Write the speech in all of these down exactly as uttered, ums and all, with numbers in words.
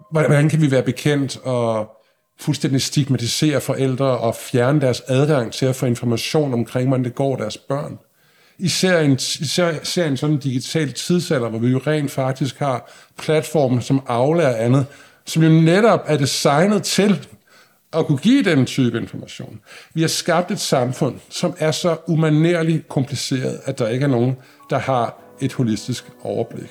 hvordan kan vi være bekendt og fuldstændig stigmatisere forældre og fjerne deres adgang til at få information omkring, hvordan det går deres børn. Især en, især, især en sådan digital tidsalder, hvor vi jo rent faktisk har platformen som Aula og andet, som jo netop er designet til at kunne give den type information. Vi har skabt et samfund, som er så umanerligt kompliceret, at der ikke er nogen, der har et holistisk overblik.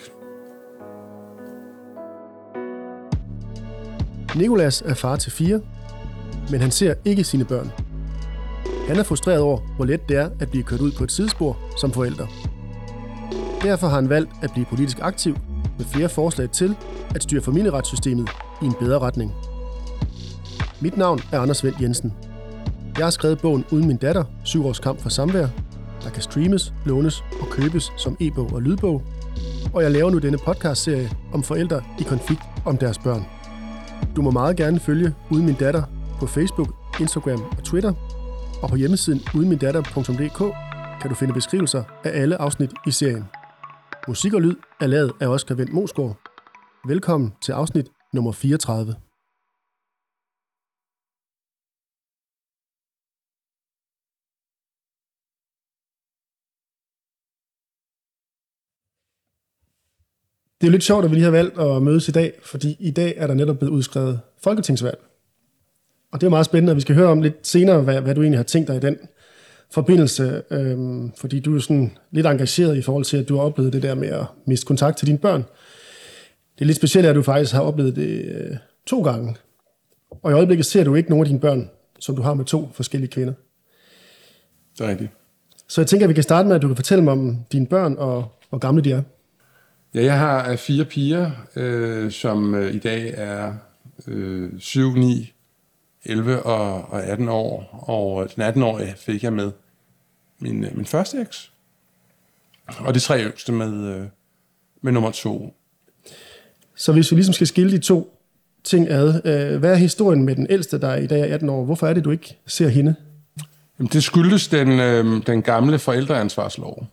Nicolas er far til fire, men han ser ikke sine børn. Han er frustreret over, hvor let det er at blive kørt ud på et sidespor som forælder. Derfor har han valgt at blive politisk aktiv med flere forslag til at styre familieretssystemet i en bedre retning. Mit navn er Anders Wendt Jensen. Jeg har skrevet bogen Uden min datter, syv års kamp for samvær, der kan streames, lånes og købes som e-bog og lydbog. Og jeg laver nu denne podcastserie om forældre i konflikt om deres børn. Du må meget gerne følge Uden min datter på Facebook, Instagram og Twitter. Og på hjemmesiden uden min datter punktum d k kan du finde beskrivelser af alle afsnit i serien. Musik og lyd er lavet af Oscar Wendt Moesgaard. Velkommen til afsnit nummer fireogtredive. Det er jo lidt sjovt, at vi lige har valgt at mødes i dag, fordi i dag er der netop blevet udskrevet folketingsvalg. Og det er meget spændende, og vi skal høre om lidt senere, hvad, hvad du egentlig har tænkt dig i den forbindelse. Øhm, fordi du er sådan lidt engageret i forhold til, at du har oplevet det der med at miste kontakt til dine børn. Det er lidt specielt, at du faktisk har oplevet det øh, to gange. Og i øjeblikket ser du ikke nogen af dine børn, som du har med to forskellige kvinder. Det er rigtigt. Så jeg tænker, at vi kan starte med, at du kan fortælle mig om dine børn, og hvor gamle de er. Ja, jeg har fire piger, øh, som øh, i dag er øh, syv, ni, elleve og atten år, og den atten-årige fik jeg med min, min første eks, og de tre yngste med, med nummer to. Så hvis vi ligesom skal skille de to ting ad, hvad er historien med den ældste, der i dag er atten år? Hvorfor er det, du ikke ser hende? Jamen, det skyldes den, den gamle forældreansvarslov.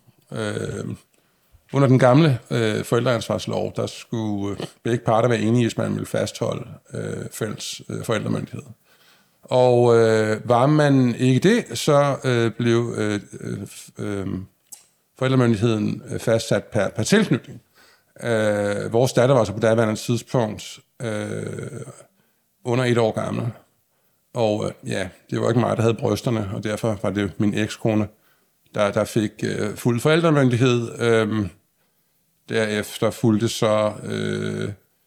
Under den gamle forældreansvarslov, der skulle begge parter være enige, hvis man ville fastholde fælles forældremyndighed. Og øh, var man ikke det, så øh, blev øh, øh, forældremyndigheden fastsat per, per tilknytning. Øh, vores datter var så på daværende tidspunkt øh, under et år gammel. Og øh, ja, det var ikke mig, der havde brysterne, og derfor var det min ekskone, der, der fik øh, fuld forældremyndighed. Øh, derefter fulgte så øh,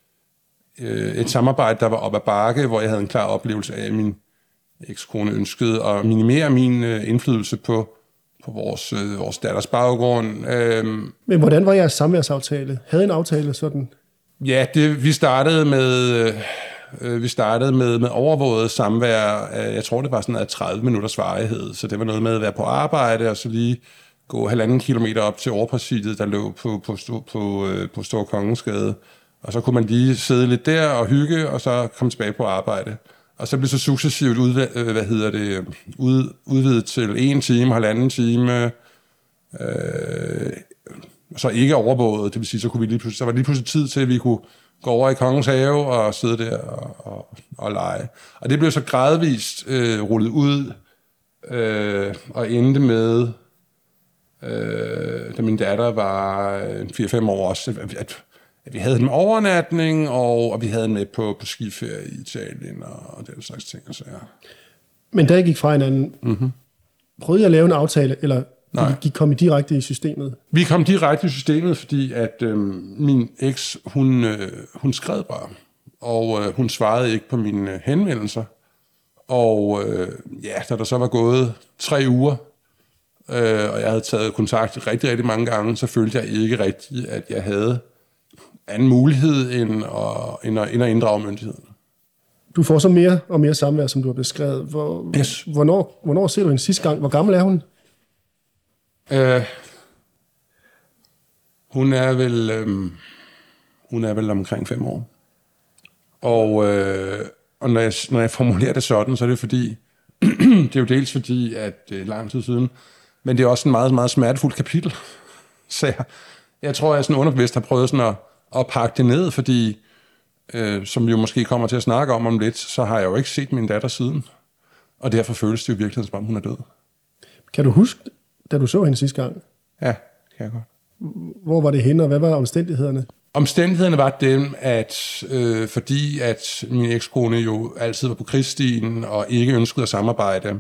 øh, et samarbejde, der var op ad bakke, hvor jeg havde en klar oplevelse af, at min ekskone ønskede at minimere min øh, indflydelse på, på vores, øh, vores datters baggrund. Øhm, Men hvordan var jeres samværsaftale? Havde en aftale sådan? Ja, det, vi startede med øh, vi startede med, med overvåget samvær. Jeg tror, det var sådan noget tredive minutters varighed, så det var noget med at være på arbejde, og så lige gå halvanden kilometer op til overpræsidiet, der lå på, på, på, på, øh, på Store Kongensgade. Og så kunne man lige sidde lidt der og hygge, og så komme tilbage på arbejde. Og så blev så successivt udv- hvad hedder det, ud, udvidet til en time, halvanden time, øh, så ikke overvåget. Det vil sige, så, kunne vi lige pludselig, så var det lige pludselig tid til, at vi kunne gå over i Kongens Have og sidde der og, og, og lege. Og det blev så gradvist øh, rullet ud øh, og endte med, øh, da min datter var fire fem år også, at, at vi havde en overnatning, og, og vi havde en med på, på skiferie i Italien, og, og den slags ting. Så, ja. Men da I gik fra hinanden, mm-hmm. prøvede jeg at lave en aftale, eller gik kom I direkte i systemet? Vi kom direkte i systemet, fordi at øh, min eks, hun, øh, hun skrev bare, og øh, hun svarede ikke på mine henvendelser. Og øh, ja, da der så var gået tre uger, øh, og jeg havde taget kontakt rigtig, rigtig mange gange, så følte jeg ikke rigtigt, at jeg havde anden mulighed end at, end at, end at inddrage myndigheden. Du får så mere og mere samvær, som du har beskrevet. Hvor, yes. hvornår, hvornår ser du hende sidste gang? Hvor gammel er hun? Øh, hun er vel øh, hun er vel omkring fem år. Og, øh, og når, jeg, når jeg formulerer det sådan, så er det fordi, det er jo dels fordi, at det er lang tid siden, men det er også en meget, meget smertefuldt kapitel. Så jeg, jeg tror, jeg sådan underbevidst har prøvet sådan at, at pakke det ned, fordi øh, som vi jo måske kommer til at snakke om om lidt, så har jeg jo ikke set min datter siden. Og derfor føles det jo virkelig, som om hun er død. Kan du huske, da du så hende sidste gang? Ja, kan jeg godt. Hvor var det henne, og hvad var omstændighederne? Omstændighederne var dem, at øh, fordi at min ekskone jo altid var på krigsstien og ikke ønskede at samarbejde,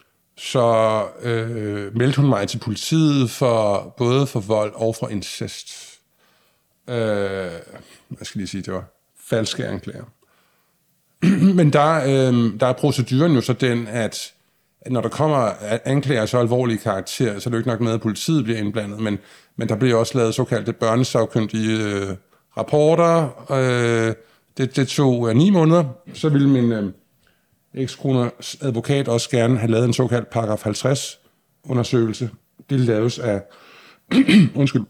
så øh, meldte hun mig til politiet for både for vold og for incest. Øh, hvad skal jeg sige, det var falske anklager. Men der, øh, der er proceduren jo så den, at når der kommer anklager så alvorlige karakter, så er det jo ikke nok med, at politiet bliver indblandet, men, men der bliver også lavet såkaldte børnesagkyndige øh, rapporter. Øh, det, det tog øh, ni måneder. Så ville min øh, ekskroners advokat også gerne have lavet en såkaldt paragraf halvtreds undersøgelse. Det laves af, undskyld,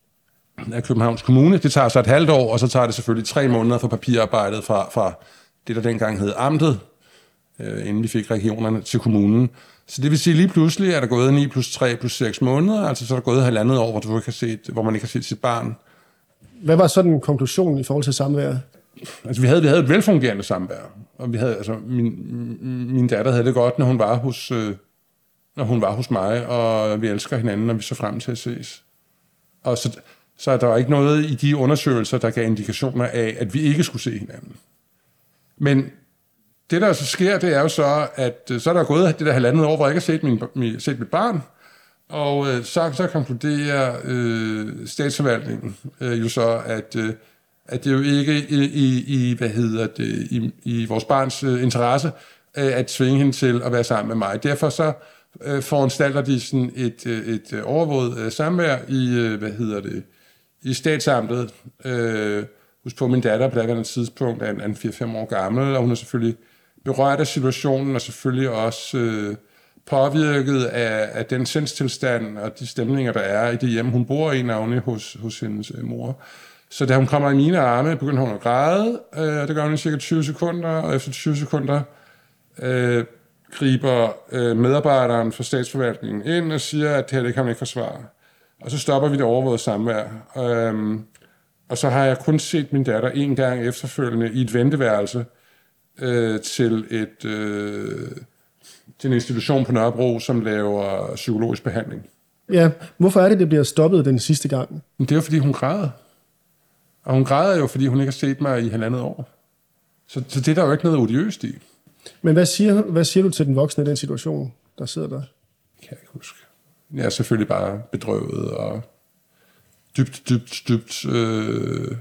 af Københavns Kommune. Det tager så et halvt år, og så tager det selvfølgelig tre måneder for papirarbejdet fra, fra det, der dengang hed amtet, øh, inden vi fik regionerne, til kommunen. Så det vil sige, lige pludselig er der gået ni plus tre plus seks måneder, altså så er der gået halvandet år, hvor, du ikke har set, hvor man ikke har set sit barn. Hvad var sådan konklusionen i forhold til samvær? Altså vi havde, vi havde et velfungerende samvær, og vi havde, altså min, min datter havde det godt, når hun var hos, øh, når hun var hos mig, og vi elsker hinanden, og vi så frem til at ses. Og så, så er der ikke noget i de undersøgelser, der gav indikationer af, at vi ikke skulle se hinanden. Men det, der så sker, det er jo så, at så er der gået det der halvandet år, hvor jeg ikke har set, min, min, set mit barn, og øh, så, så konkluderer øh, statsforvaltningen øh, jo så, at, øh, at det jo ikke i, i, i, hvad hedder det, i, i vores barns øh, interesse øh, at tvinge hende til at være sammen med mig. Derfor så øh, foranstalter de sådan et, øh, et øh, overvåget øh, samvær i, øh, hvad hedder det, i statsamtet. Øh, Husk på, min datter på det tidspunkt er en fire fem år gammel, og hun er selvfølgelig berørt af situationen, og selvfølgelig også øh, påvirket af, af den sindstilstand og de stemninger, der er i det hjem, hun bor i, navnlig hos, hos hendes øh, mor. Så da hun kommer i mine arme, begynder hun at græde, øh, og det gør hun i cirka tyve sekunder, og efter tyve sekunder øh, griber øh, medarbejderen for statsforvaltningen ind og siger, at det her det kan man ikke forsvare. Og så stopper vi det overvågede samvær. Øh, Og så har jeg kun set min datter en gang efterfølgende i et venteværelse øh, til, et, øh, til en institution på Nørrebro, som laver psykologisk behandling. Ja, hvorfor er det, det bliver stoppet den sidste gang? Men det er jo, fordi hun græder. Og hun græder jo, fordi hun ikke har set mig i halvandet år. Så, så det er der jo ikke noget odiøst i. Men hvad siger, hvad siger du til den voksne i den situation, der sidder der? Kan jeg ikke huske. Jeg er selvfølgelig bare bedrøvet og dybt, dybt, dybt øh,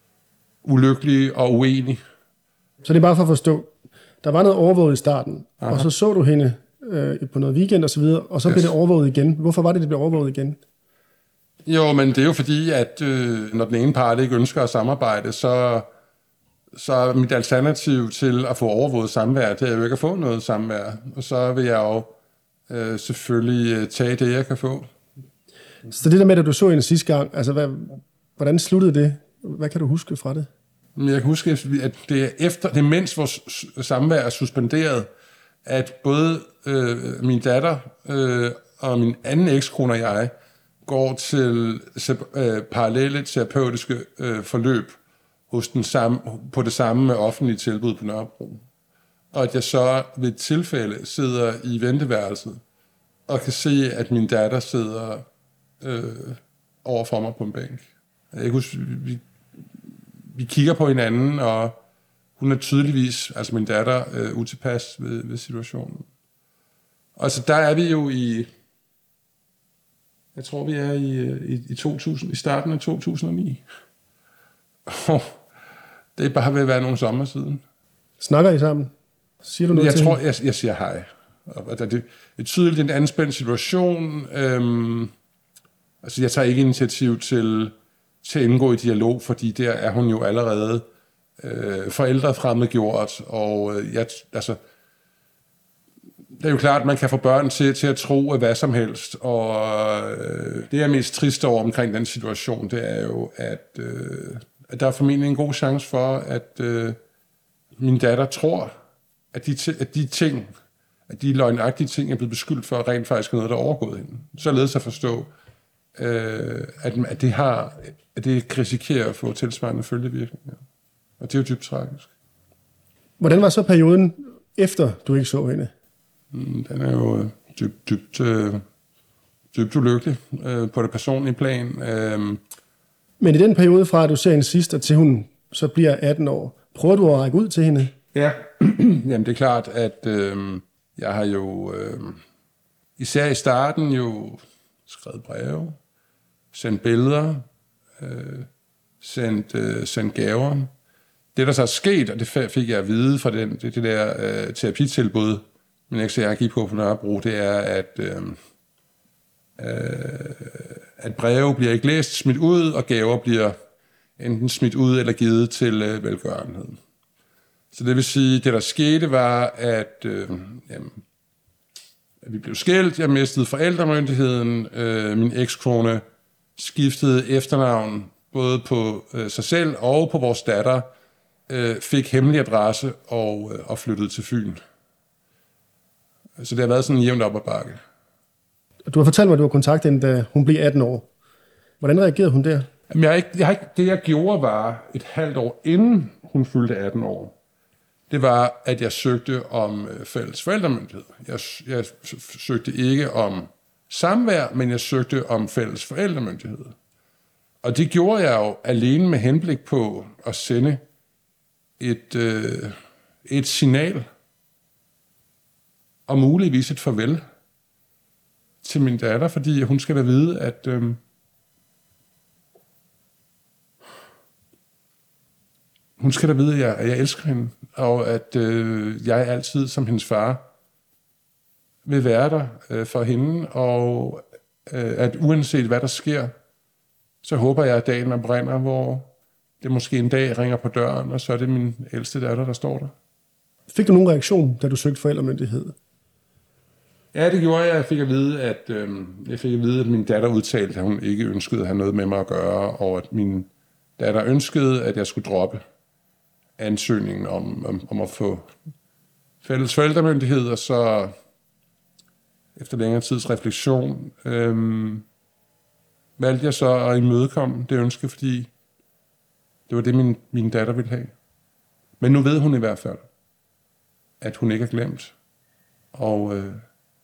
ulykkelig og uenig. Så det er bare for at forstå, der var noget overvåget i starten, aha, og så så du hende øh, på noget weekend og så videre, og så yes. blev det overvåget igen. Hvorfor var det, det blev overvåget igen? Jo, men det er jo fordi, at øh, når den ene part ikke ønsker at samarbejde, så, så er mit alternativ til at få overvåget samvær, det er jo ikke at få noget samvær. Og så vil jeg jo øh, selvfølgelig tage det, jeg kan få. Så det der med, at du så hende sidste gang, altså hvad, hvordan sluttede det? Hvad kan du huske fra det? Jeg kan huske, at det er efter, det er mens vores samvær er suspenderet, at både øh, min datter øh, og min anden ekskone og jeg går til øh, parallelle terapeutiske øh, forløb hos den samme, på det samme offentlige tilbud på Nørrebro. Og at jeg så ved et tilfælde sidder i venteværelset og kan se, at min datter sidder øh, over for mig på en bænk. Jeg kan huske, vi, vi kigger på hinanden, og hun er tydeligvis, altså min datter, øh, utilpas ved, ved situationen. Og så der er vi jo i, jeg tror vi er i, i, i to tusind, i starten af to tusind og ni. Oh, det er bare ved at være nogle sommer siden. Snakker I sammen? Siger du noget jeg til tror, jeg, jeg siger hej. Og det er tydeligt en anspændt situation. Øhm, altså jeg tager ikke initiativ til, til at indgå i dialog, fordi der er hun jo allerede øh, forældrefremmedgjort, og øh, jeg, altså, det er jo klart, at man kan få børn til, til at tro at hvad som helst, og øh, det jeg er mest trist over omkring den situation, det er jo, at, øh, at der er formentlig en god chance for, at øh, min datter tror, at de, at de ting, at de løgnagtige ting er blevet beskyldt for, rent faktisk noget, der er overgået hende. Således at forstå, øh, at, at det har, at det risikerer at få tilsvarende følgevirkninger. Og det er jo dybt tragisk. Hvordan var så perioden, efter du ikke så hende? Den er jo dybt, dybt, dybt ulykkelig på det personlige plan. Men i den periode fra, at du ser hende sidst, og til hun så bliver atten år, prøver du at række ud til hende? Ja, jamen det er klart, at øh, jeg har jo øh, især i starten jo skrevet breve, sendt billeder, øh, sendt, øh, sendt gaver. Det, der så er sket, og det fik jeg at vide fra den, det, det der øh, terapitilbud, min eks og jeg gik på på Nørrebro, det er, at, øh, øh, at breve bliver ikke læst, smidt ud, og gaver bliver enten smidt ud eller givet til øh, velgørenhed. Så det vil sige, det der skete var, at, øh, jamen, at vi blev skilt, jeg mistede forældremyndigheden, øh, min ekskone skiftede efternavn både på øh, sig selv og på vores datter, øh, fik hemmelig adresse og, øh, og flyttede til Fyn. Så det har været sådan jævnt op ad bakke. Du har fortalt mig, at du har kontaktet hende, da hun blev atten år. Hvordan reagerede hun der? Jamen, jeg, ikke, jeg, ikke, det jeg gjorde var et halvt år inden hun fyldte atten år. Det var, at jeg søgte om øh, fælles forældremyndighed. Jeg, jeg søgte ikke om samvær, men jeg søgte om fælles forældremyndighed. Og det gjorde jeg jo alene med henblik på at sende et, øh, et signal og muligvis et farvel til min datter, fordi hun skal da vide, at øh, hun skal da vide, at jeg, at jeg elsker hende, og at øh, jeg altid som hendes far vil være der øh, for hende, og øh, at uanset hvad der sker, så håber jeg, at dagen brænder, hvor det måske en dag ringer på døren, og så er det min ældste datter, der står der. Fik du nogen reaktion, da du søgte forældremyndighed? Ja, det gjorde jeg. Jeg fik at vide, at, øh, jeg fik at, vide, at min datter udtalte, at hun ikke ønskede at have noget med mig at gøre, og at min datter ønskede, at jeg skulle droppe ansøgningen om, om, om at få fælles forældremyndighed, og så efter længere tids refleksion øh, valgte jeg så at imødekomme det ønske, fordi det var det, min, min datter ville have. Men nu ved hun i hvert fald, at hun ikke er glemt, og, øh,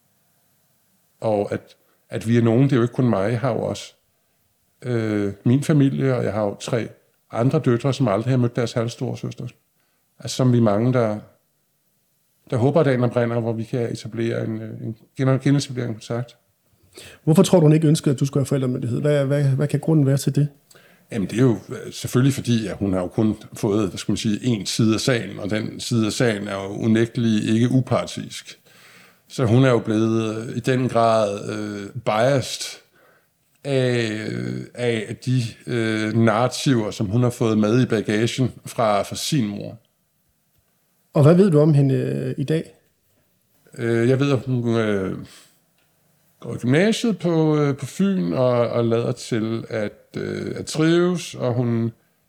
og at, at vi er nogen, det er jo ikke kun mig, jeg har jo også øh, min familie, og jeg har jo tre andre døtre, som aldrig har mødt deres halvstore søster. Altså som vi er mange, der, der håber, at dagen brænder, hvor vi kan etablere en, en genetablere en kontakt. Hvorfor tror du, hun ikke ønskede, at du skulle have forældremyndighed? Hvad, hvad, hvad kan grunden være til det? Jamen det er jo selvfølgelig fordi, at hun har jo kun fået, hvad skal man sige, en side af sagen, og den side af sagen er jo unægteligt ikke upartisk. Så hun er jo blevet øh, i den grad øh, biased af, øh, af de øh, narrativer, som hun har fået med i bagagen fra, fra sin mor. Og hvad ved du om hende øh, i dag? Øh, jeg ved, at hun øh, går i gymnasiet på, øh, på Fyn og, og lader til at, øh, at trives, og hun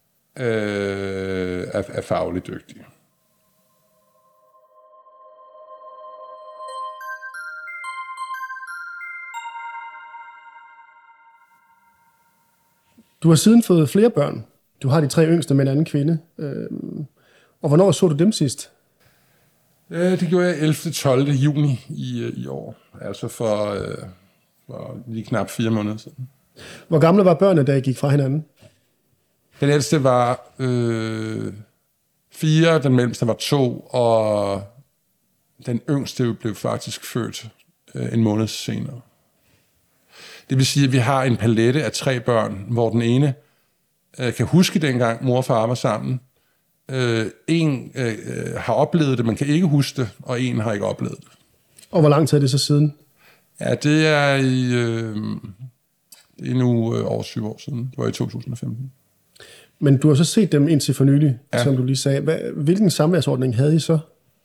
øh, er, er fagligt dygtig. Du har siden fået flere børn. Du har de tre yngste med en anden kvinde. Øhm, og hvornår så du dem sidst? Øh, det gjorde jeg ellevte til tolvte juni i, i år. Altså for, øh, for lige knap fire måneder siden. Hvor gamle var børnene, da I gik fra hinanden? Den ældste var øh, fire, den mellemste var to, og den yngste blev faktisk født øh, en måned senere. Det vil sige, at vi har en palette af tre børn, hvor den ene øh, kan huske dengang mor og far var sammen. Øh, en øh, har oplevet det, man kan ikke huske det, og en har ikke oplevet det. Og hvor lang tid er det så siden? Ja, det er i øh, det er nu øh, over syv år siden. Det var i to tusind og femten. Men du har så set dem indtil for nylig, ja. Som du lige sagde. Hvad, hvilken samværsordning havde I så?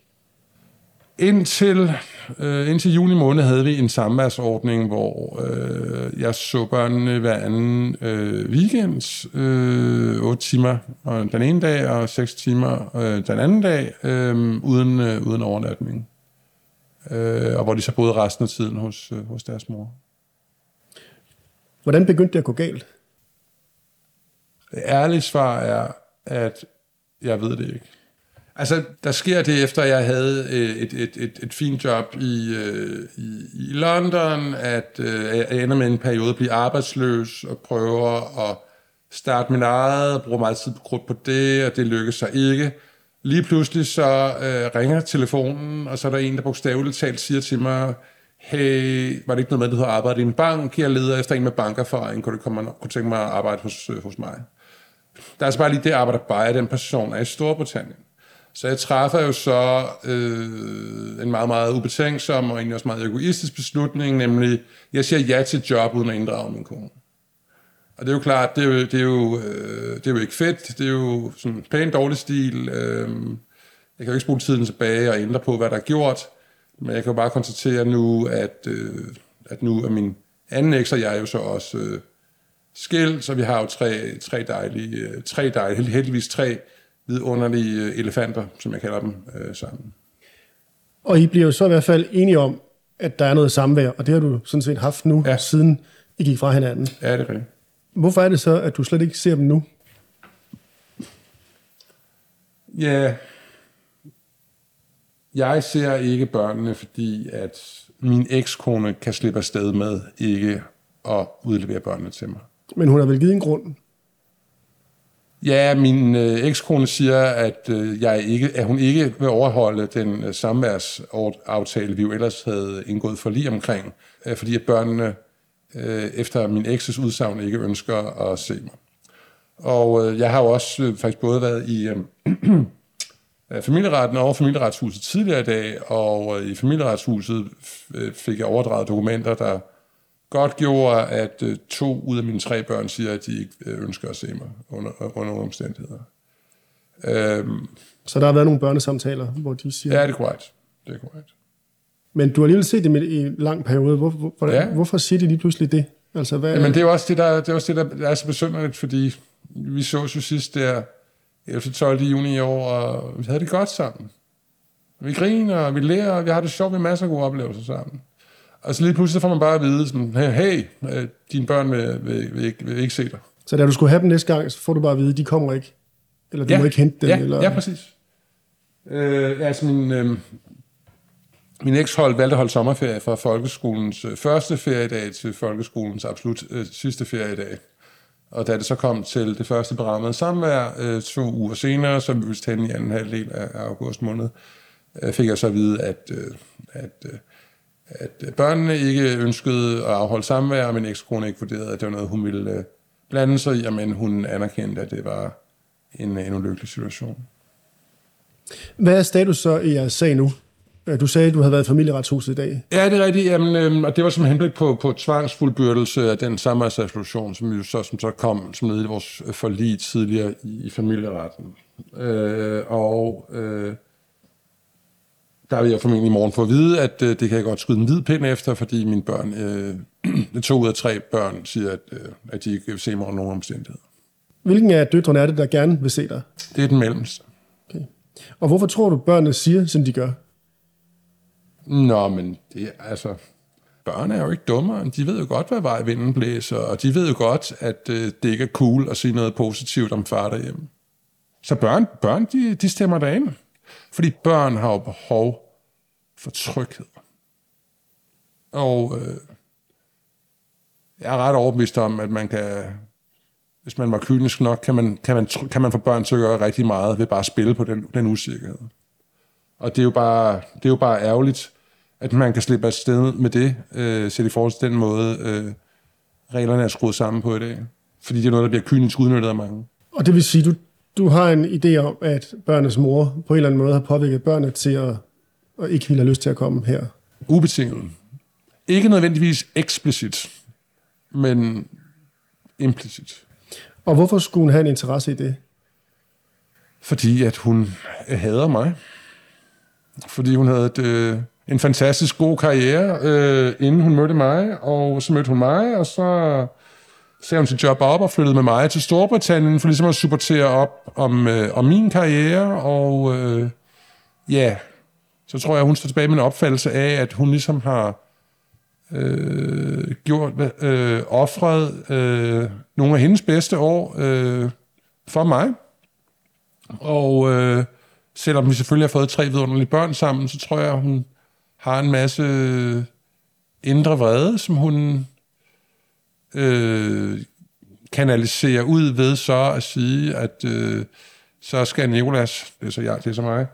Indtil, øh, indtil juni måned havde vi en samværsordning, hvor øh, jeg så børnene hver anden øh, weekend, øh, otte timer og den ene dag, og seks timer øh, den anden dag, øh, uden, øh, uden overnatning. Øh, og hvor de så boede resten af tiden hos, øh, hos deres mor. Hvordan begyndte det at gå galt? Det ærlige svar er, at Jeg ved det ikke. Altså, der sker det, efter jeg havde et, et, et, et fint job i, i, i London, at jeg ender med en periode at blive arbejdsløs og prøver at starte min eget, bruger meget tid på på det, og det lykkes sig ikke. Lige pludselig så øh, ringer telefonen, og så er der en, der bogstaveligt talt siger til mig, hey, var det ikke noget med, at du har arbejdet i en bank? Jeg leder efter en med bankerfaring. Kunne du komme og kunne tænke mig at arbejde hos, hos mig? Der er altså bare lige det arbejder bare, at den person er i Storbritannien. Så jeg træffer jo så øh, en meget, meget ubetænksom og egentlig også meget egoistisk beslutning, nemlig, jeg siger ja til job uden at inddrage min kone. Og det er jo klart, det er jo, det er jo, øh, det er jo ikke fedt, det er jo sådan pænt dårlig stil. Øh, jeg kan jo ikke spole tiden tilbage og ændre på, hvad der er gjort, men jeg kan jo bare konstatere nu, at, øh, at nu er min anden eks og jeg jo så også øh, skilt, så vi har jo tre, tre dejlige, øh, tre dejlige, heldigvis tre vidunderlige elefanter, som jeg kalder dem, øh, sammen. Og I bliver jo så i hvert fald enige om, at der er noget samvær, og det har du sådan set haft nu, ja. Siden I gik fra hinanden. Ja, det er rigtigt. Hvorfor er det så, at du slet ikke ser dem nu? Ja, jeg ser ikke børnene, fordi at min ekskone kan slippe afsted med ikke at udlevere børnene til mig. Men hun har vel givet en grund? Ja, min øh, ekskone siger, at, øh, jeg ikke, at hun ikke vil overholde den øh, samværsaftale, vi jo ellers havde indgået forlig omkring, øh, fordi at børnene øh, efter min ekses udsagn ikke ønsker at se mig. Og øh, jeg har jo også øh, faktisk både været i øh, familieretten og familieretshuset tidligere i dag, og øh, i familieretshuset f- fik jeg overdraget dokumenter, der godt gjorde, at øh, to ud af mine tre børn siger, at de ikke øh, ønsker at se mig under, under omstændigheder. Øhm, Så der har været nogle børnesamtaler, hvor de siger... Ja, det er korrekt. Det er korrekt. Men du har alligevel set dem i en lang periode. Hvor, hvor, hvordan, Ja. Hvorfor siger de lige pludselig det? Altså, hvad... Jamen, det er jo også det, der, det er, også det, der er så besynderligt, fordi vi sås jo sidst der ellevte tolvte juni i år, og vi havde det godt sammen. Vi griner, vi lærer, og vi har det sjovt med masser af gode oplevelser sammen. Og så lige pludselig får man bare at vide, sådan, hey, hey dine børn vil, vil, vil, ikke, vil ikke se dig. Så da du skulle have dem næste gang, så får du bare at vide, de kommer ikke? Eller du ja. må ikke hente dem? Ja, eller... ja præcis. Øh, altså min, øh, min ekshold valgte at holde sommerferie fra folkeskolens øh, første feriedag til folkeskolens absolut øh, sidste feriedag. Og da det så kom til det første berammede samvær, øh, to uger senere, som vi ville tage i anden halvdel af, af august måned, øh, fik jeg så at vide, at, øh, at øh, at børnene ikke ønskede at afholde samvær, og min ekskone ikke vurderede, at det var noget, hun ville blande sig i, men hun anerkendte, at det var en, en ulykkelig situation. Hvad er status så i jeres sag nu? Du sagde, at du havde været i familieretshuset i dag. Ja, det er rigtigt. Jamen, øhm, og det var som henblik på, på tvangsfuldbyrdelse af den samværsresolution, som, så, som så kom som led i vores forlig tidligere i, i familieretten. Øh, og... Øh, Der vil jeg formentlig i morgen få at vide, at øh, det kan jeg godt skyde en hvid pind efter, fordi mine børn, øh, to ud af tre børn, siger, at, øh, at de ikke vil se mig under nogen omstændigheder. Hvilken af døtrene er det, der gerne vil se dig? Det er den mellemste. Okay. Og hvorfor tror du, børnene siger, som de gør? Nå, men det, altså, børn er jo ikke dummere. De ved jo godt, hvad vej vinden blæser, og de ved jo godt, at øh, det ikke er cool at sige noget positivt om far derhjemme. Så børn, børn de, de stemmer derinde. Fordi børn har jo behov for tryghed. Og øh, jeg er ret overbevist om, at man kan, hvis man var kynisk nok, kan man, kan man, kan man få børn til at gøre rigtig meget ved bare at spille på den, den usikkerhed. Og det er, jo bare, det er jo bare ærgerligt, at man kan slippe afsted med det, øh, set i forhold til den måde, øh, reglerne er skruet sammen på i dag. Fordi det er noget, der bliver kynisk udnyttet af mange. Og det vil sige, du Du har en idé om, at børnenes mor på en eller anden måde har påvirket børnene til at, at ikke ville have lyst til at komme her? Ubetinget. Ikke nødvendigvis eksplicit, men implicit. Og hvorfor skulle hun have en interesse i det? Fordi at hun hader mig. Fordi hun havde et, øh, en fantastisk god karriere, øh, inden hun mødte mig, og så mødte hun mig, og så sagde hun sit job op og flyttede med mig til Storbritannien, for ligesom at supportere op om, øh, om min karriere, og øh, ja, så tror jeg, hun står tilbage med en opfattelse af, at hun ligesom har øh, gjort, øh, offret øh, nogle af hendes bedste år øh, for mig. Og øh, selvom vi selvfølgelig har fået tre vidunderlige børn sammen, så tror jeg, hun har en masse indre vrede, som hun øh, kanaliserer ud ved så at sige, at øh, så skal Nicolas, det er så jeg, det er så mig,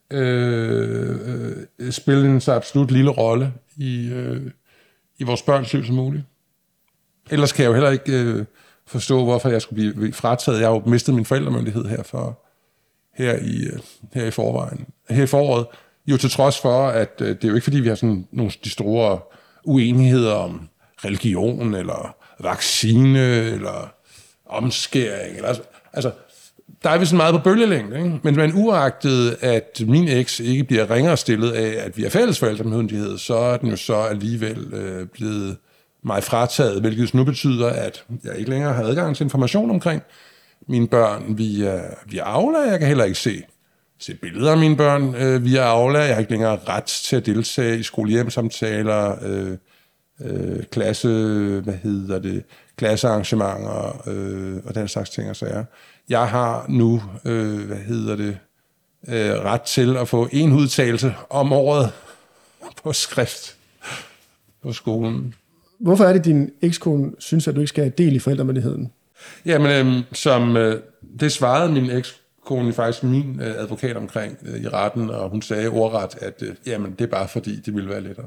øh, øh, spille en så absolut lille rolle i, øh, i vores børns liv som muligt. Ellers kan jeg jo heller ikke øh, forstå, hvorfor jeg skulle blive frataget. Jeg har jo mistet min forældremyndighed her, for, her, i, øh, her i forvejen. Her i foråret. Jo til trods for, at øh, det er jo ikke fordi, vi har sådan nogle de store uenigheder om religion, eller vaccine, eller omskæring. Eller, altså, der er vi sådan meget på bølgelængde, ikke? Men, men uagtet, at min eks ikke bliver ringere stillet af, at vi er fælles forældremyndighed, så er den jo så alligevel øh, blevet mig frataget, hvilket nu betyder, at jeg ikke længere har adgang til information omkring mine børn via, via Aula. Jeg kan heller ikke se, se billeder af mine børn øh, via Aula. Jeg har ikke længere ret til at deltage i skolehjemsamtaler, øh, øh, klasse, hvad hedder det, klassearrangementer øh, og den slags ting og sager. Jeg har nu, øh, hvad hedder det, øh, ret til at få en udtalelse om året på skrift på skolen. Hvorfor er det, din ekskone synes, at du ikke skal have del i forældremyndigheden? Jamen, øh, som øh, det svarede min ekskone faktisk min øh, advokat omkring øh, i retten, og hun sagde ordret, at øh, jamen, det er bare fordi, det ville være lettere.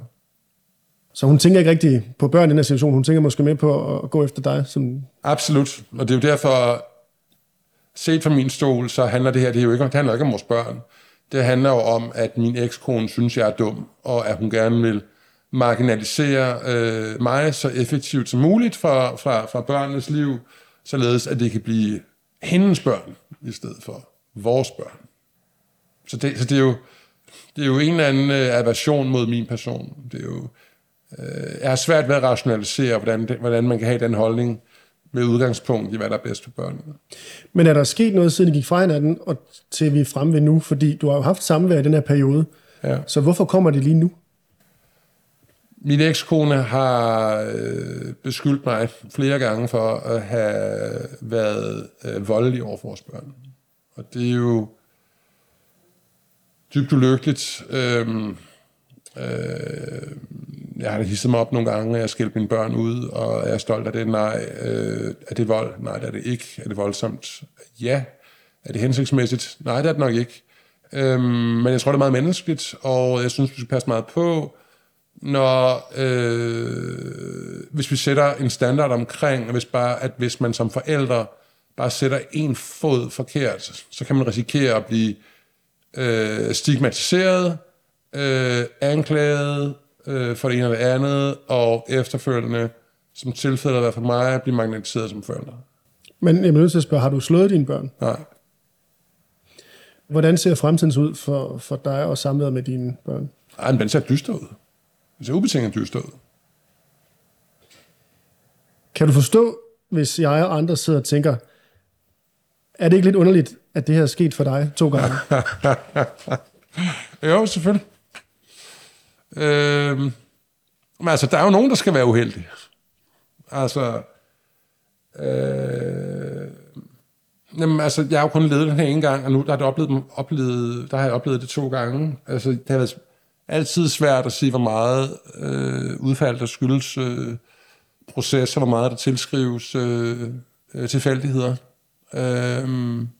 Så hun tænker ikke rigtig på børn i den her situation, hun tænker måske med på at gå efter dig? Som... Absolut, og det er jo derfor, set fra min stol, så handler det her, det, er jo ikke, det handler ikke om vores børn. Det handler jo om, at min ekskone synes, jeg er dum, og at hun gerne vil marginalisere øh, mig så effektivt som muligt fra, fra, fra børnenes liv, således at det kan blive hendes børn, i stedet for vores børn. Så det, så det, er, jo, det er jo en eller anden øh, aversion mod min person. Det er jo, øh, jeg har svært ved at rationalisere, hvordan, det, hvordan man kan have den holdning med udgangspunkt i, hvad der er bedst for børnene. Men er der sket noget, siden I gik fra hinanden, og til vi er fremme ved nu? Fordi du har jo haft samvær i den her periode. Ja. Så hvorfor kommer det lige nu? Min ekskone har øh, beskyldt mig flere gange for at have været øh, voldelig over for vores børn. Og det er jo dybt ulykkeligt. Øhm, øh, jeg har da hisset mig op nogle gange, at jeg skældt mine børn ud, og jeg er stolt af det. Nej. Øh, er det vold? Nej, det er det ikke. Er det voldsomt? Ja. Er det hensigtsmæssigt? Nej, det er det nok ikke. Øhm, men jeg tror, det er meget menneskeligt, og jeg synes, vi skal passe meget på, når øh, hvis vi sætter en standard omkring, hvis bare at hvis man som forældre bare sætter en fod forkert, så kan man risikere at blive øh, stigmatiseret, øh, anklaget øh, for det ene eller det andet, og efterfølgende, som tilfældet er for mig, at blive magnetiseret som forældre. Men jeg er nødt til at spørge, har du slået dine børn? Nej. Hvordan ser fremtiden ud for, for dig og samværet med dine børn? Ej, men den ser dyster ud. Den ser ubetinget dyster ud. Kan du forstå, hvis jeg og andre sidder og tænker, er det ikke lidt underligt, at det her er sket for dig to gange? Jo, selvfølgelig. Øhm, men altså, der er jo nogen, der skal være uheldige. Altså, øh, jamen, altså, jeg har jo kun levet den her en gang, og nu der har, det oplevet, oplevet, der har jeg oplevet det to gange. Altså, det har været altid svært at sige, hvor meget øh, udfald der skyldes øh, processer, hvor meget der tilskrives øh, øh, tilfældigheder. Øh,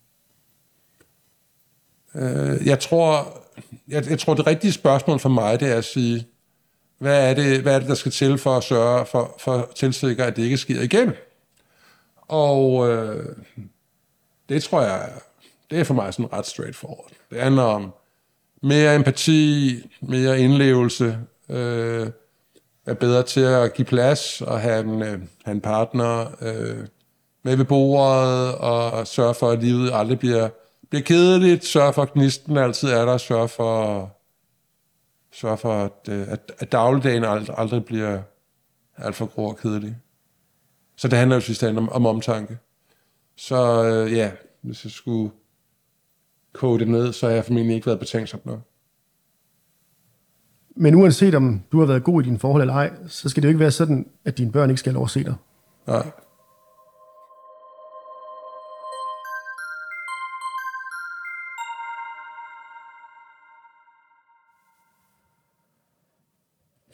øh, jeg tror, jeg, jeg tror, det rigtige spørgsmål for mig, det er at sige, hvad er det, hvad er det der skal til for at sørge for, for at tilsikre, at det ikke sker igen? Og øh, det tror jeg, det er for mig sådan ret straightforward. Det handler om mere empati, mere indlevelse, øh, er bedre til at give plads og have en, øh, have en partner øh, med ved bordet og sørge for, at livet aldrig bliver, bliver kedeligt, sørge for, at gnisten altid er der, sørge for, sørge for at, at, at dagligdagen aldrig, aldrig bliver alt for grå og kedelig. Så det handler jo sidst om, om omtanke. Så øh, ja, hvis jeg skulle koge det ned, så har jeg formentlig ikke været betænksom nok. Men uanset om du har været god i dine forhold eller ej, så skal det jo ikke være sådan, at dine børn ikke skal have lov at se dig. Nej.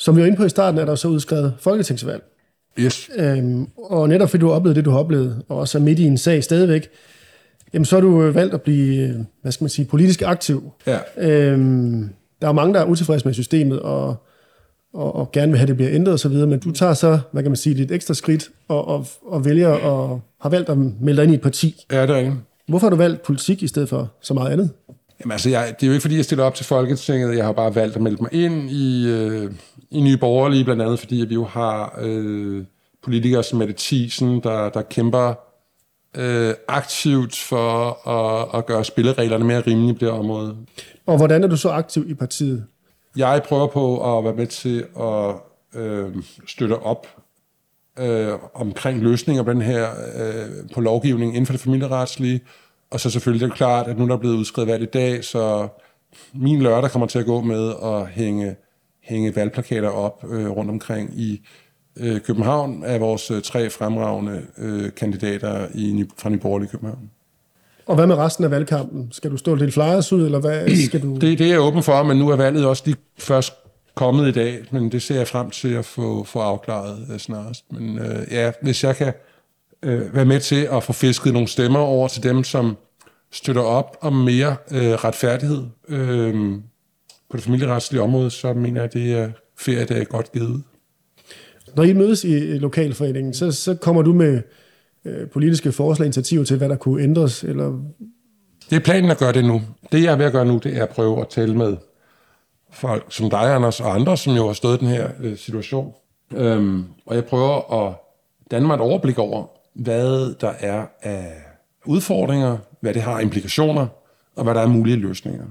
Som vi var inde på i starten, er der så udskrevet folketingsvalg. Yes. Øhm, og netop fordi du har oplevet det, du har oplevet, og også er midt i en sag stadigvæk, jamen så har du valgt at blive, hvad skal man sige, politisk aktiv. Ja. Øhm, der er mange, der er utilfredse med systemet, og, og, og gerne vil have, det bliver ændret osv., men du tager så, hvad kan man sige, et ekstra skridt, og, og, og vælger og har valgt at melde dig ind i et parti. Ja, det er ikke. Hvorfor har du valgt politik i stedet for så meget andet? Jamen altså, jeg, det er jo ikke fordi, jeg stiller op til Folketinget. Jeg har bare valgt at melde mig ind i, øh, i Nye Borgerlige, blandt andet fordi vi jo har øh, politikere som Mette Thiesen, der, der kæmper øh, aktivt for at, at gøre spillereglerne mere rimelige på det område. Og hvordan er du så aktiv i partiet? Jeg prøver på at være med til at øh, støtte op øh, omkring løsninger på den her øh, på lovgivningen inden for det familieretslige. Og så selvfølgelig er det klart, at nu der er blevet udskrevet valg i dag, så min lørdag kommer til at gå med at hænge, hænge valgplakater op øh, rundt omkring i øh, København af vores øh, tre fremragende øh, kandidater i, fra Nye Borgerlige i København. Og hvad med resten af valgkampen? Skal du stå lidt flyers ud, eller hvad skal du... Det, det er jeg åben for, men nu er valget også lige først kommet i dag, men det ser jeg frem til at få, få afklaret øh, snarest. Men øh, ja, hvis jeg kan øh, være med til at få fisket nogle stemmer over til dem, som støtter op om mere øh, retfærdighed øh, på det familieretslige område, så mener jeg, at det er ferie, der er godt givet. Når I mødes i lokalforeningen, så, så kommer du med øh, politiske forslag og initiativer til, hvad der kunne ændres? Eller... Det er planen at gøre det nu. Det, jeg er ved at gøre nu, det er at prøve at tale med folk som dig, Anders, og andre, som jo har stået i den her øh, situation. Øhm, og jeg prøver at danne mig et overblik over, hvad der er af udfordringer, hvad det har implikationer, og hvad der er mulige løsninger.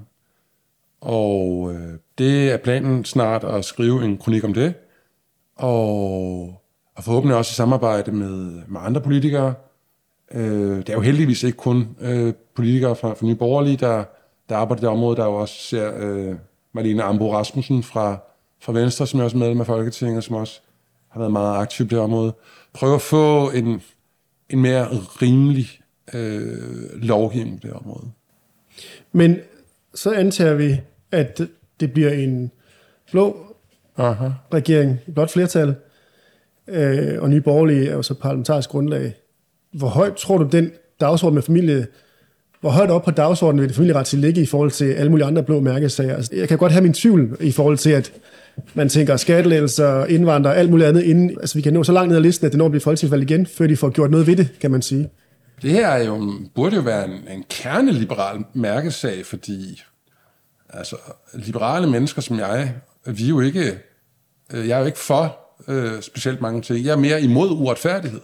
Og øh, det er planen snart at skrive en kronik om det, og, og forhåbentlig også i samarbejde med, med andre politikere. Øh, det er jo heldigvis ikke kun øh, politikere fra, fra Nye Borgerlige, der, der arbejder i det område. Der er jo også ser øh, Marlene Ambo Rasmussen fra, fra Venstre, som er også medlem af Folketinget, som også har været meget aktiv på det område. Prøve at få en, en mere rimelig øh, lovgivning på det område. Men så antager vi, at det bliver en blå Aha. regering, et blot flertal, øh, og Nye Borgerlige er jo så parlamentarisk grundlag. Hvor højt tror du, den dagsorden med familie, hvor højt op på dagsordenen vil det familieretlige ligge i forhold til alle mulige andre blå mærkesager? Altså, jeg kan godt have min tvivl i forhold til, at man tænker skattelettelser, indvandrere, alt muligt andet, inden altså, vi kan nå så langt ned ad listen, at det når at blive folketingsvalg igen, før de får gjort noget ved det, kan man sige. Det her er jo, burde jo være en, en kerneliberal mærkesag, fordi altså, liberale mennesker som jeg, vi er jo ikke, jeg er jo ikke for øh, specielt mange ting. Jeg er mere imod uretfærdighed.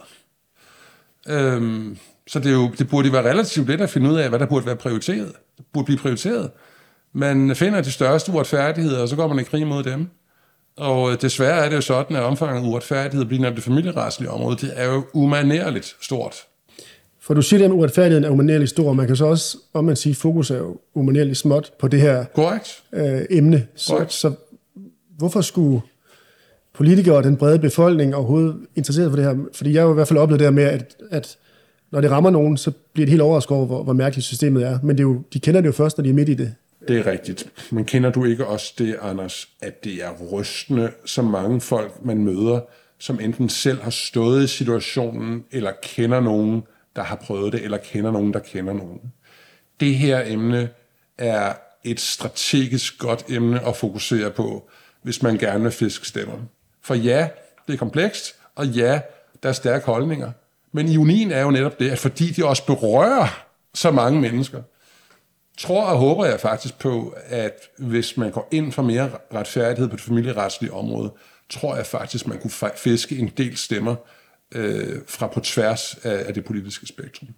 Øhm, så det, er jo, det burde jo være relativt let at finde ud af, hvad der burde være prioriteret. Det burde blive prioriteret. Man finder de største uretfærdigheder, og så går man i krig mod dem. Og desværre er det jo sådan, at omfanget af uretfærdighed bliver det familieretslige område. Det er jo umanerligt stort. For du siger, at uretfærdigheden er umanerligt stor, og man kan så også, om man siger, fokus er jo umanerligt småt på det her øh, emne. Så, så hvorfor skulle politikere og den brede befolkning overhovedet interesseret for det her? Fordi jeg har jo i hvert fald oplevet det her med, at, at når det rammer nogen, så bliver det helt overrasket over, hvor, hvor mærkeligt systemet er. Men det er jo, de kender det jo først, når de er midt i det. Det er rigtigt. Men kender du ikke også det, Anders, at det er rystende, så mange folk, man møder, som enten selv har stået i situationen, eller kender nogen, der har prøvet det, eller kender nogen, der kender nogen. Det her emne er et strategisk godt emne at fokusere på, hvis man gerne vil fiske stemmer. For ja, det er komplekst, og ja, der er stærke holdninger. Men ironien er jo netop det, at fordi de også berører så mange mennesker, tror og håber jeg faktisk på, at hvis man går ind for mere retfærdighed på det familieretslige område, tror jeg faktisk, man kunne fiske en del stemmer øh, fra på tværs af, af det politiske spektrum.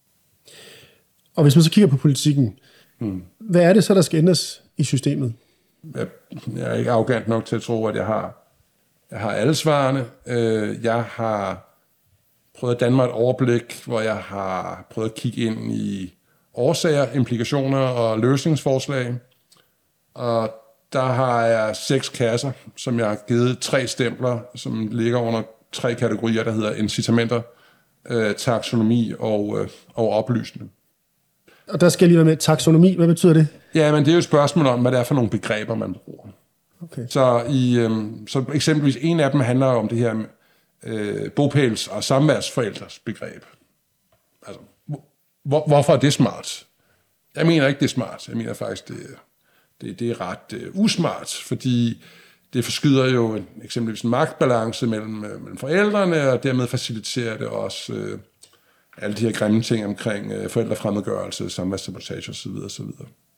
Og hvis man så kigger på politikken, hmm. hvad er det så, der skal ændres i systemet? Jeg, jeg er ikke arrogant nok til at tro, at jeg har, jeg har alle svarene. Øh, jeg har prøvet at danne mig et overblik, hvor jeg har prøvet at kigge ind i årsager, implikationer og løsningsforslag. Og der har jeg seks kasser, som jeg har givet tre stempler, som ligger under tre kategorier, der hedder incitamenter, øh, taksonomi og, øh, og oplysning. Og der skal lige være med taksonomi. Hvad betyder det? Ja, men det er jo et spørgsmål om, hvad det er for nogle begreber, man bruger. Okay. Så, i, øhm, så eksempelvis en af dem handler om det her øh, bopæls- og samværsforældres begreb. Altså, hvor, hvorfor er det smart? Jeg mener ikke, det er smart. Jeg mener faktisk, det, det, det er ret øh, usmart, fordi det forskyder jo en, eksempelvis en magtbalance mellem, mellem forældrene, og dermed faciliterer det også øh, alle de her grimme ting omkring øh, forældrefremmedgørelse, samværssabotage osv. osv.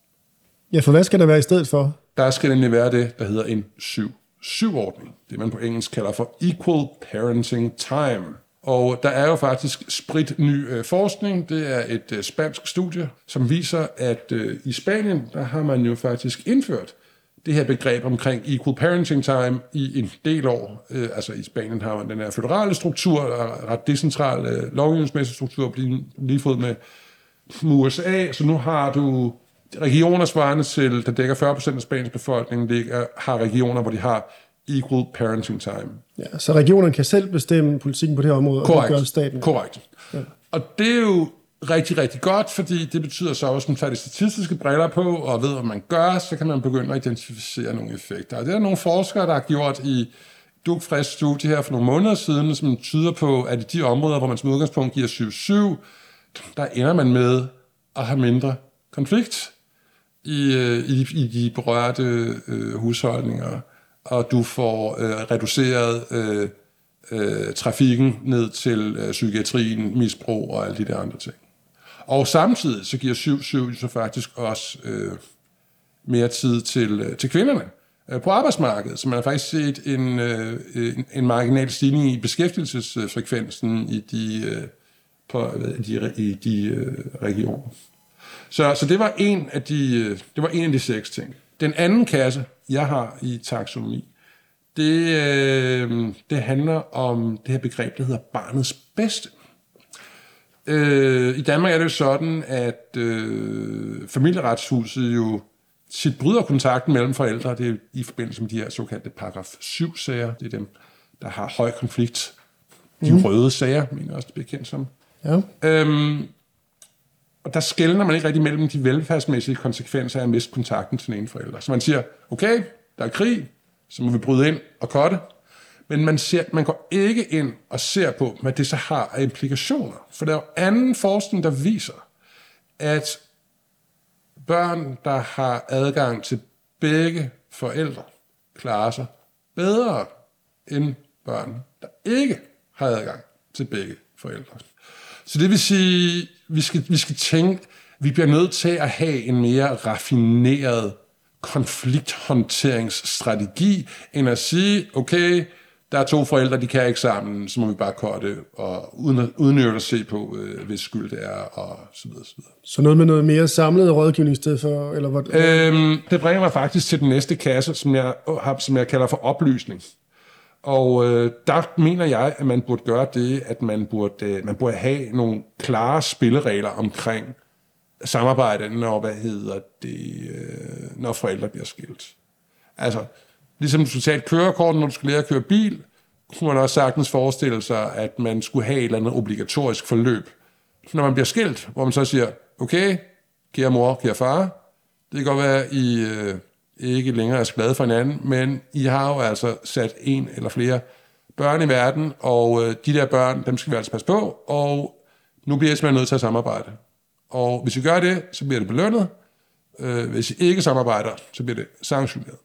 Ja, for hvad skal der være i stedet for? Der skal nemlig være det, der hedder en syv syv-ordning. Det man på engelsk kalder for Equal Parenting Time. Og der er jo faktisk sprit ny øh, forskning. Det er et øh, spansk studie, som viser, at øh, i Spanien, der har man jo faktisk indført det her begreb omkring Equal Parenting Time i en del år. Øh, altså i Spanien har man den her føderale struktur, og ret decentral øh, lovgivningsmæssig struktur, blive lige fået med U S A. Så nu har du regioner svarende til, der dækker fyrre procent af Spaniens befolkning, ligger, har regioner, hvor de har Equal Parenting Time. Ja, så regionerne kan selv bestemme politikken på det her område, Korrekt. og det gør staten. Korrekt. Ja. Og det er jo rigtig, rigtig godt, fordi det betyder så også, at man tager de statistiske briller på, og ved, hvad man gør, så kan man begynde at identificere nogle effekter. Og det er nogle forskere, der har gjort i dugfrisk studie her for nogle måneder siden, som tyder på, at i de områder, hvor man som udgangspunkt giver syv syv, der ender man med at have mindre konflikt i, i, i de berørte øh, husholdninger, og du får øh, reduceret øh, øh, trafikken ned til øh, psykiatrien, misbrug og alle de der andre ting. Og samtidig så giver syv syv så faktisk også øh, mere tid til, øh, til kvinderne øh, på arbejdsmarkedet, så man har faktisk set en, øh, en, en marginal stigning i beskæftigelsesfrekvensen i de, øh, på, øh, de, i de øh, regioner. Så, så det var en af de, det var en af de seks ting. Den anden kasse, jeg har i taksonomi, det, øh, det handler om det her begreb, der hedder barnets bedste. Øh, I Danmark er det jo sådan, at øh, familieretshuset jo tit bryder kontakten mellem forældre. Det er i forbindelse med de her såkaldte paragraf syv-sager. Det er dem, der har høj konflikt. De mm. røde sager, mener jeg også, det bliver kendt som. Ja. Øhm, Og der skelner man ikke rigtig mellem de velfærdsmæssige konsekvenser af at miste kontakten til den ene forælder. Så man siger, okay, der er krig, så må vi bryde ind og cutte. Men man, ser, man går ikke ind og ser på, hvad det så har af implikationer. For der er jo anden forskning, der viser, at børn, der har adgang til begge forældre, klarer sig bedre end børn, der ikke har adgang til begge forældre. Så det vil sige, vi skal, vi skal tænke, vi bliver nødt til at have en mere raffineret konflikthåndteringsstrategi, end at sige, okay, der er to forældre, de kan ikke sammen, så må vi bare korte, og uden, uden at se på, øh, hvis skyld det er, og så videre, så videre. Så noget med noget mere samlet rådgivning i stedet for, eller hvad? Øhm, det bringer mig faktisk til den næste kasse, som jeg, har, som jeg kalder for oplysning. Og øh, der mener jeg, at man burde gøre det, at man burde, øh, man burde have nogle klare spilleregler omkring samarbejde, når, hvad hedder det, øh, når forældre bliver skilt. Altså, ligesom du skulle tage et kørekort, når du skulle lære at køre bil, kunne man også sagtens forestille sig, at man skulle have et eller andet obligatorisk forløb. Når man bliver skilt, hvor man så siger, okay, kære mor, kære far, det kan godt være, at I øh, ikke længere er glade for hinanden, men I har jo altså sat en eller flere børn i verden, og øh, de der børn, dem skal vi altså passe på, og nu bliver I simpelthen nødt til at samarbejde. Og hvis I gør det, så bliver det belønnet. Øh, hvis I ikke samarbejder, så bliver det sanktioneret.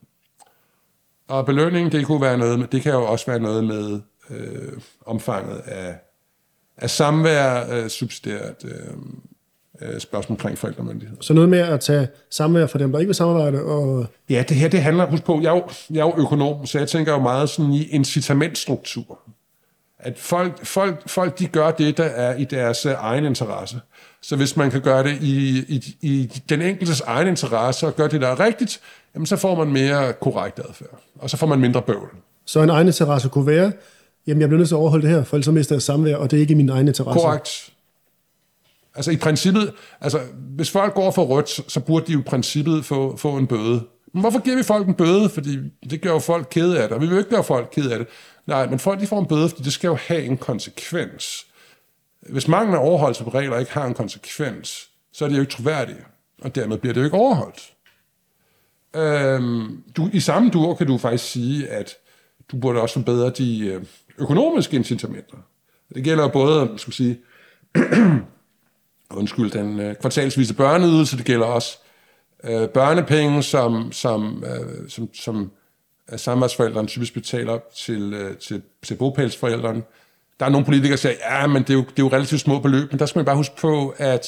Og belønningen, det kunne være noget med, det kan jo også være noget med øh, omfanget af, af samvær, øh, subsidieret øh, spørgsmål omkring forældremyndighed. Så noget med at tage samvær for dem, der ikke vil samarbejde? Og... Ja, det her, det handler, husk på, jeg er, jo, jeg er jo økonom, så jeg tænker jo meget sådan i incitamentstruktur. At folk, folk, folk, de gør det, der er i deres egen interesse. Så hvis man kan gøre det i, i, i den enkeltes egen interesse, og gøre det, der er rigtigt, jamen så får man mere korrekt adfærd, og så får man mindre bøvl. Så en egen interesse kunne være, jamen jeg bliver nødt til at overholde det her, for ellers så mister jeg samvær, og det er ikke min egen interesse. Korrekt. Altså i princippet, altså hvis folk går for rødt, så burde de jo i princippet få, få en bøde. Men hvorfor giver vi folk en bøde? Fordi det gør jo folk kede af det, og vi vil jo ikke gøre folk kede af det. Nej, men folk de får en bøde, fordi det skal jo have en konsekvens. Hvis mangel af overholdelse på regler ikke har en konsekvens, så er det jo ikke troværdigt, og dermed bliver det jo ikke overholdt. Øhm, du, I samme dur kan du faktisk sige, at du burde også forbedre de øh, økonomiske incitamenter. Det gælder både, skal vi sige, undskyld, den øh, kvartalsvise børneydelse, det gælder også øh, børnepenge, som, som, øh, som, som samværsforældrene typisk betaler til, øh, til, til bopælsforældrene. Der er nogle politikere, der siger, ja, men det er, jo, det er jo relativt små beløb, men der skal man bare huske på, at,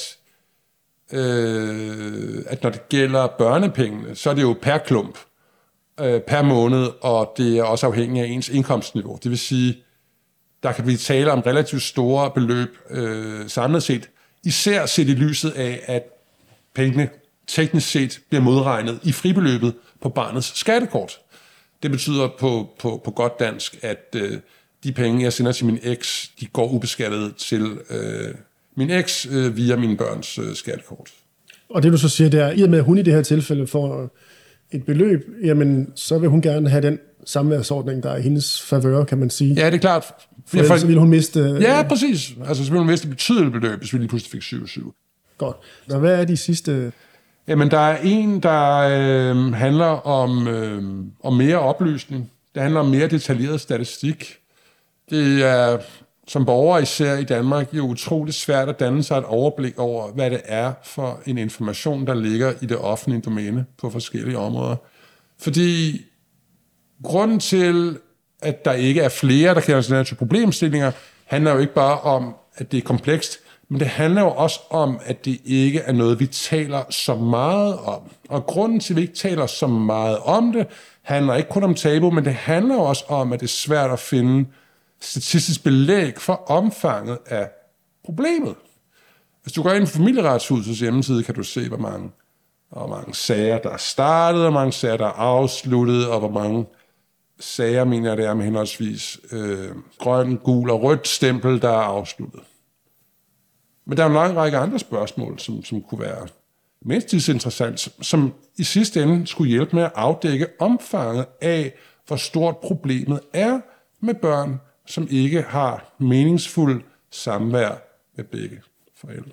øh, at når det gælder børnepengene, så er det jo per klump, øh, per måned, og det er også afhængigt af ens indkomstniveau. Det vil sige, der kan vi tale om relativt store beløb øh, samlet set, især set i lyset af, at pengene teknisk set bliver modregnet i fribeløbet på barnets skattekort. Det betyder på, på, på godt dansk, at øh, de penge, jeg sender til min eks, de går ubeskattet til øh, min eks øh, via mine børns øh, skattekort. Og det du så siger, det er, i og med at hun i det her tilfælde får et beløb, jamen så vil hun gerne have den samværsordning, der er hendes favør, kan man sige. Ja, det er klart. For ellers så vil hun miste... Ja, præcis. Altså så vil hun miste et betydeligt beløb, hvis vi lige pludselig fik syv syv. Godt. Og hvad er de sidste... Jamen, der er en, der øh, handler om, øh, om mere oplysning. Det handler om mere detaljeret statistik. Det er som borger især i Danmark jo utroligt svært at danne sig et overblik over, hvad det er for en information, der ligger i det offentlige domæne på forskellige områder. Fordi grunden til, at der ikke er flere, der kender sig til problemstillinger, handler jo ikke bare om, at det er komplekst, men det handler jo også om, at det ikke er noget, vi taler så meget om. Og grunden til, at vi ikke taler så meget om det, handler ikke kun om tabu, men det handler jo også om, at det er svært at finde statistisk belæg for omfanget af problemet. Hvis du går ind på Familieretshusets hjemmeside, kan du se, hvor mange, hvor mange sager, der er startet, hvor mange sager, der er afsluttet, og hvor mange sager, mener jeg, det er med henholdsvis øh, grøn, gul og rødt stempel, der er afsluttet. Men der er en lang række andre spørgsmål, som, som kunne være mindst interessant, som i sidste ende skulle hjælpe med at afdække omfanget af, hvor stort problemet er med børn, som ikke har meningsfuld samvær med begge forældre.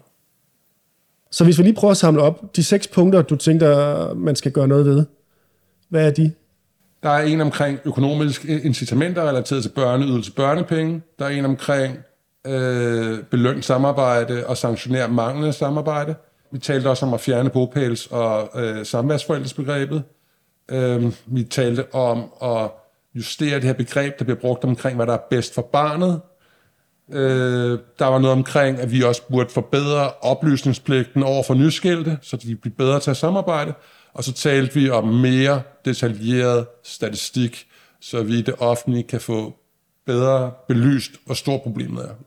Så hvis vi lige prøver at samle op, de seks punkter, du tænker, man skal gøre noget ved, hvad er de? Der er en omkring økonomiske incitamenter relateret til børneydelse, børnepenge. Der er en omkring øh, belønt samarbejde og sanktionere manglende samarbejde. Vi talte også om at fjerne bopæls- og øh, samværsforældresbegrebet. Øh, vi talte om at justere det her begreb, der bliver brugt omkring, hvad der er bedst for barnet. Øh, der var noget omkring, at vi også burde forbedre oplysningspligten over for nyskilte, så de bliver bedre til at samarbejde. Og så talte vi om mere detaljeret statistik, så vi i det offentlige kan få bedre belyst, hvor stort problemet er.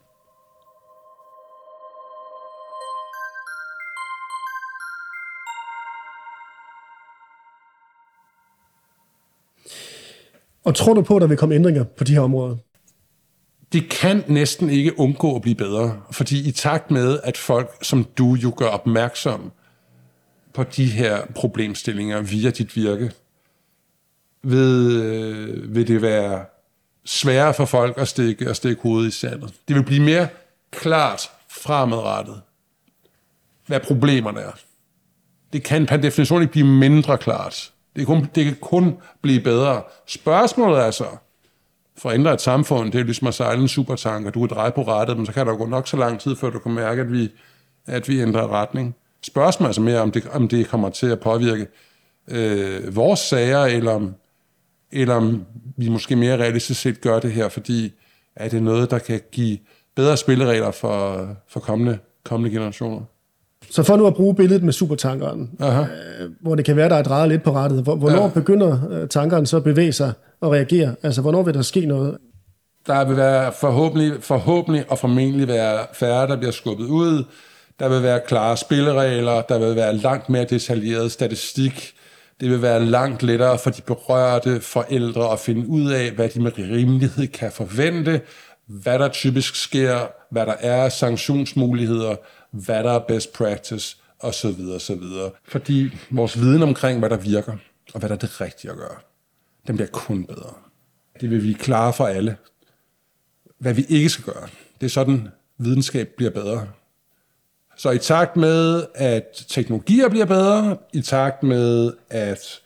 Og tror du på, at der vil komme ændringer på de her områder? Det kan næsten ikke undgå at blive bedre, fordi i takt med, at folk som du jo gør opmærksom på de her problemstillinger via dit virke, vil, øh, vil det være sværere for folk at stikke, at stikke hovedet i sandet. Det vil blive mere klart fremadrettet, hvad problemerne er. Det kan per definition ikke blive mindre klart. Det kan kun, det kan kun blive bedre. Spørgsmålet er så, for at ændre et samfund, det er ligesom at sejle en supertanker. Du kan dreje på rattet, men så kan der gå nok så lang tid, før du kan mærke, at vi, at vi ændrer retning. Spørgsmålet er så mere, om det, om det kommer til at påvirke øh, vores sager, eller om, eller om vi måske mere realistisk set gør det her, fordi er det noget, der kan give bedre spilleregler for, for kommende, kommende generationer. Så for nu at bruge billedet med supertankeren, øh, hvor det kan være, der er drejet lidt på rattet, hvornår ja. begynder øh, tankeren så at bevæge sig og reagere? Altså, hvornår vil der ske noget? Der vil være forhåbentlig, forhåbentlig og formentlig være færre, der bliver skubbet ud. Der vil være klare spilleregler. Der vil være langt mere detaljeret statistik. Det vil være langt lettere for de berørte forældre at finde ud af, hvad de med rimelighed kan forvente, hvad der typisk sker, hvad der er sanktionsmuligheder, hvad der er best practice, osv. osv. Fordi vores viden omkring, hvad der virker, og hvad der er det rigtige at gøre, den bliver kun bedre. Det vil vi klare for alle. Hvad vi ikke skal gøre, det er sådan, videnskab bliver bedre. Så i takt med, at teknologier bliver bedre, i takt med, at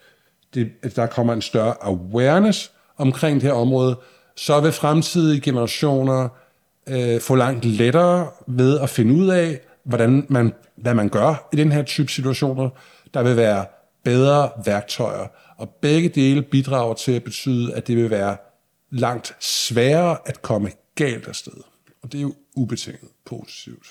det, at der kommer en større awareness omkring det her område, så vil fremtidige generationer øh, få langt lettere ved at finde ud af, hvordan man, hvad man gør i den her type situationer. Der vil være bedre værktøjer, og begge dele bidrager til at betyde, at det vil være langt sværere at komme galt afsted. Og det er jo ubetinget positivt.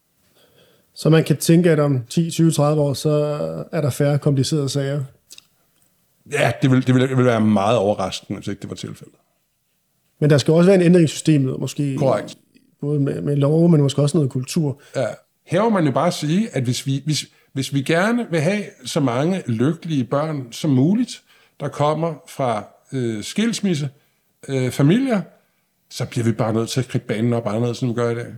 Så man kan tænke, at om ti, tyve, tredive år, så er der færre komplicerede sager? Ja, det vil, det vil, det vil være meget overraskende, hvis ikke det var tilfældet. Men der skal også være en ændring i systemet, måske. Korrekt. Både med, med lov, men måske også noget kultur. Ja. Her må man jo bare sige, at hvis vi, hvis, hvis vi gerne vil have så mange lykkelige børn som muligt, der kommer fra øh, skilsmisse, øh, familier, så bliver vi bare nødt til at kridte banen op anderledes, som vi gør i dag.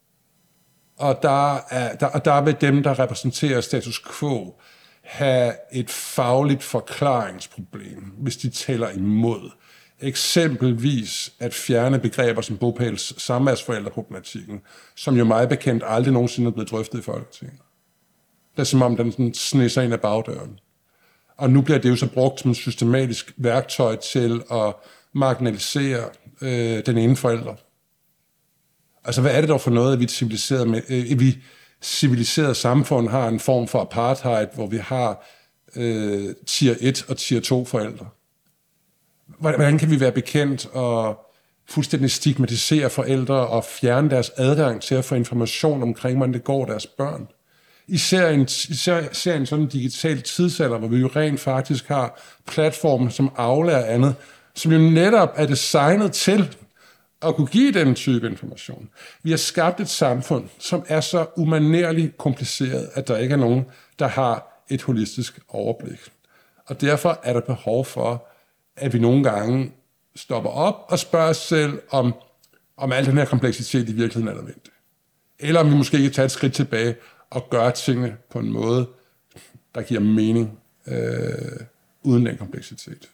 Og der, er, der, og der vil dem, der repræsenterer status quo, have et fagligt forklaringsproblem, hvis de taler imod. Eksempelvis at fjerne begreber som bopæls samværsforældreproblematikken, som jo meget bekendt aldrig nogensinde er blevet drøftet i Folketinget. Det er som om, den sådan snisser ind ad bagdøren. Og nu bliver det jo så brugt som et systematisk værktøj til at marginalisere øh, den ene forælder. Altså, hvad er det dog for noget, at vi et civiliseret, med, øh, vi civiliseret samfund har en form for apartheid, hvor vi har øh, tier et og tier to forældre? Hvordan kan vi være bekendt og fuldstændig stigmatisere forældre og fjerne deres adgang til at få information omkring, hvordan det går deres børn? Især en, især, især en sådan digital tidsalder, hvor vi jo rent faktisk har platforme som Aula og andet, som jo netop er designet til at kunne give den type information. Vi har skabt et samfund, som er så umanerligt kompliceret, at der ikke er nogen, der har et holistisk overblik. Og derfor er der behov for, at vi nogle gange stopper op og spørger os selv, om, om al den her kompleksitet i virkeligheden er nødvendig. Eller om vi måske kan tage et skridt tilbage og gøre tingene på en måde, der giver mening øh, uden den kompleksitet.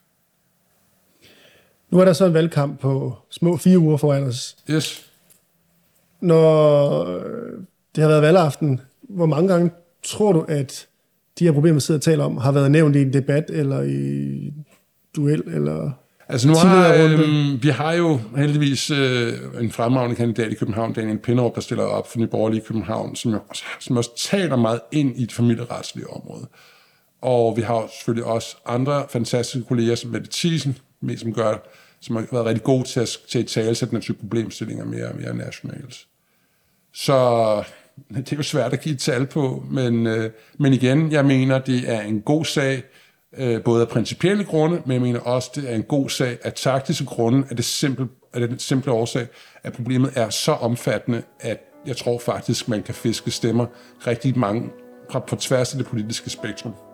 Nu er der så en valgkamp på små fire uger foran os. Yes. Når det har været valgaften, hvor mange gange tror du, at de her problemer, vi sidder og taler om, har været nævnt i en debat eller i duel eller... Altså nu har øh, vi har jo heldigvis øh, en fremragende kandidat i København, Daniel Pinderup, der stiller op for Nye Borgerlige i København, som, jo, som også taler meget ind i det familieretslige område. Og vi har selvfølgelig også andre fantastiske kolleger, som Mette Thiesen, som gør, som har været rigtig gode til at, til at tale sig den her type problemstillinger mere og mere nationalt. Så det er jo svært at give et tal på, men, øh, men igen, jeg mener, det er en god sag, øh, både af principielle grunde, men jeg mener også, det er en god sag af taktiske grunde, af det simple, af den simple årsag, at problemet er så omfattende, at jeg tror faktisk, man kan fiske stemmer rigtig mange fra på tværs af det politiske spektrum.